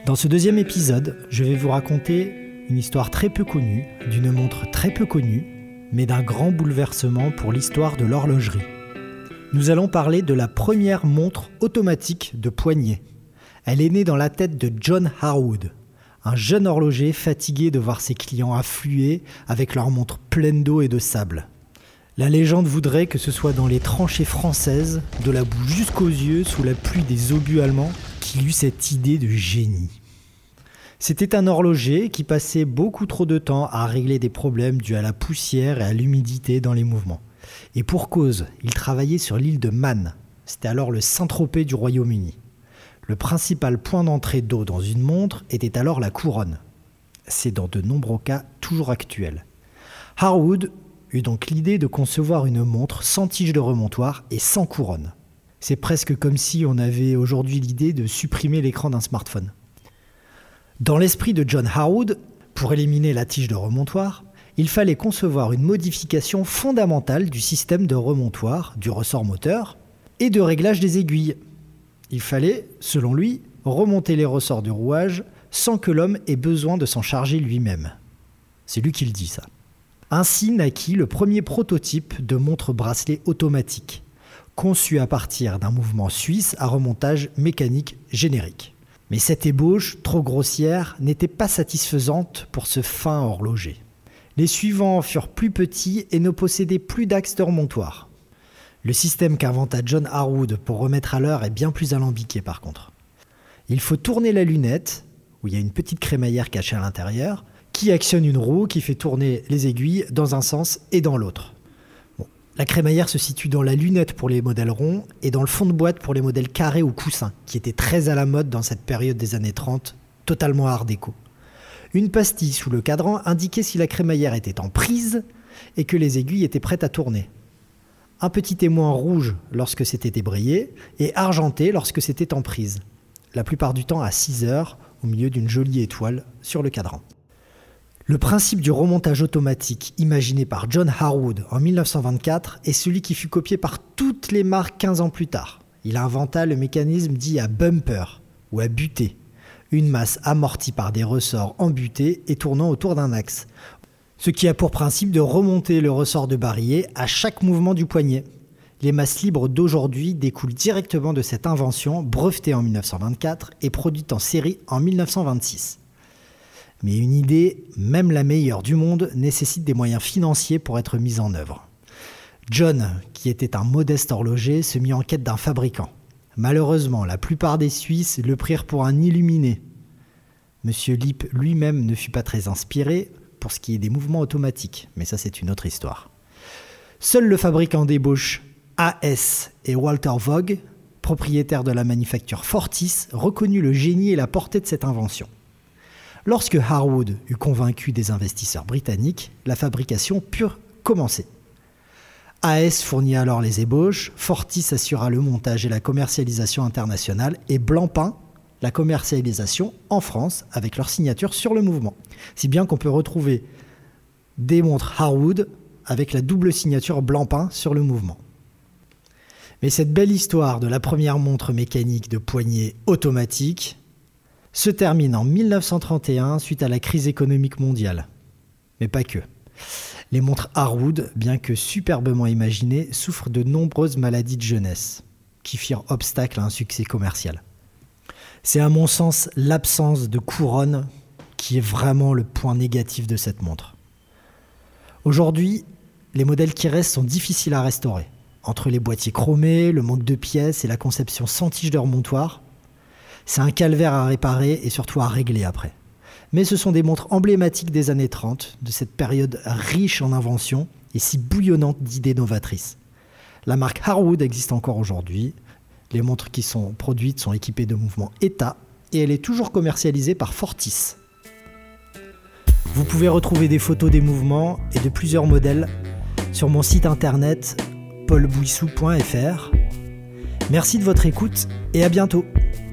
Dans ce deuxième épisode, je vais vous raconter une histoire très peu connue, d'une montre très peu connue, mais d'un grand bouleversement pour l'histoire de l'horlogerie. Nous allons parler de la première montre automatique de poignet. Elle est née dans la tête de John Harwood, un jeune horloger fatigué de voir ses clients affluer avec leurs montres pleines d'eau et de sable. La légende voudrait que ce soit dans les tranchées françaises, de la boue jusqu'aux yeux, sous la pluie des obus allemands, qu'il eut cette idée de génie. C'était un horloger qui passait beaucoup trop de temps à régler des problèmes dus à la poussière et à l'humidité dans les mouvements. Et pour cause, il travaillait sur l'île de Man. C'était alors le Saint-Tropez du Royaume-Uni. Le principal point d'entrée d'eau dans une montre était alors la couronne. C'est dans de nombreux cas toujours actuel. Harwood eut donc l'idée de concevoir une montre sans tige de remontoir et sans couronne. C'est presque comme si on avait aujourd'hui l'idée de supprimer l'écran d'un smartphone. Dans l'esprit de John Harwood, pour éliminer la tige de remontoir, il fallait concevoir une modification fondamentale du système de remontoir, du ressort moteur et de réglage des aiguilles. Il fallait, selon lui, remonter les ressorts de rouage sans que l'homme ait besoin de s'en charger lui-même. C'est lui qui le dit, ça. Ainsi naquit le premier prototype de montre-bracelet automatique, conçu à partir d'un mouvement suisse à remontage mécanique générique. Mais cette ébauche, trop grossière, n'était pas satisfaisante pour ce fin horloger. Les suivants furent plus petits et ne possédaient plus d'axe de remontoir. Le système qu'inventa John Harwood pour remettre à l'heure est bien plus alambiqué par contre. Il faut tourner la lunette, où il y a une petite crémaillère cachée à l'intérieur, qui actionne une roue qui fait tourner les aiguilles dans un sens et dans l'autre. La crémaillère se situe dans la lunette pour les modèles ronds et dans le fond de boîte pour les modèles carrés ou coussins, qui étaient très à la mode dans cette période des années 30, totalement art déco. Une pastille sous le cadran indiquait si la crémaillère était en prise et que les aiguilles étaient prêtes à tourner. Un petit témoin rouge lorsque c'était débrayé et argenté lorsque c'était en prise. La plupart du temps à 6 heures, au milieu d'une jolie étoile sur le cadran. Le principe du remontage automatique imaginé par John Harwood en 1924 est celui qui fut copié par toutes les marques 15 ans plus tard. Il inventa le mécanisme dit à bumper ou à butée, une masse amortie par des ressorts embutés et tournant autour d'un axe, ce qui a pour principe de remonter le ressort de barillet à chaque mouvement du poignet. Les masses libres d'aujourd'hui découlent directement de cette invention brevetée en 1924 et produite en série en 1926. Mais une idée, même la meilleure du monde, nécessite des moyens financiers pour être mise en œuvre. John, qui était un modeste horloger, se mit en quête d'un fabricant. Malheureusement, la plupart des Suisses le prirent pour un illuminé. Monsieur Lipp lui-même ne fut pas très inspiré pour ce qui est des mouvements automatiques, mais ça c'est une autre histoire. Seul le fabricant d'ébauche A.S. et Walter Vogt, propriétaire de la manufacture Fortis, reconnut le génie et la portée de cette invention. Lorsque Harwood eut convaincu des investisseurs britanniques, la fabrication put commencer. A.S. fournit alors les ébauches, Fortis assura le montage et la commercialisation internationale et Blancpain la commercialisation en France avec leur signature sur le mouvement. Si bien qu'on peut retrouver des montres Harwood avec la double signature Blancpain sur le mouvement. Mais cette belle histoire de la première montre mécanique de poignet automatique se termine en 1931 suite à la crise économique mondiale. Mais pas que. Les montres Harwood, bien que superbement imaginées, souffrent de nombreuses maladies de jeunesse qui firent obstacle à un succès commercial. C'est à mon sens l'absence de couronne qui est vraiment le point négatif de cette montre. Aujourd'hui, les modèles qui restent sont difficiles à restaurer. Entre les boîtiers chromés, le manque de pièces et la conception sans tige de remontoir, c'est un calvaire à réparer et surtout à régler après. Mais ce sont des montres emblématiques des années 30, de cette période riche en inventions et si bouillonnante d'idées novatrices. La marque Harwood existe encore aujourd'hui. Les montres qui sont produites sont équipées de mouvements ETA et elle est toujours commercialisée par Fortis. Vous pouvez retrouver des photos des mouvements et de plusieurs modèles sur mon site internet paulbouissou.fr. Merci de votre écoute et à bientôt.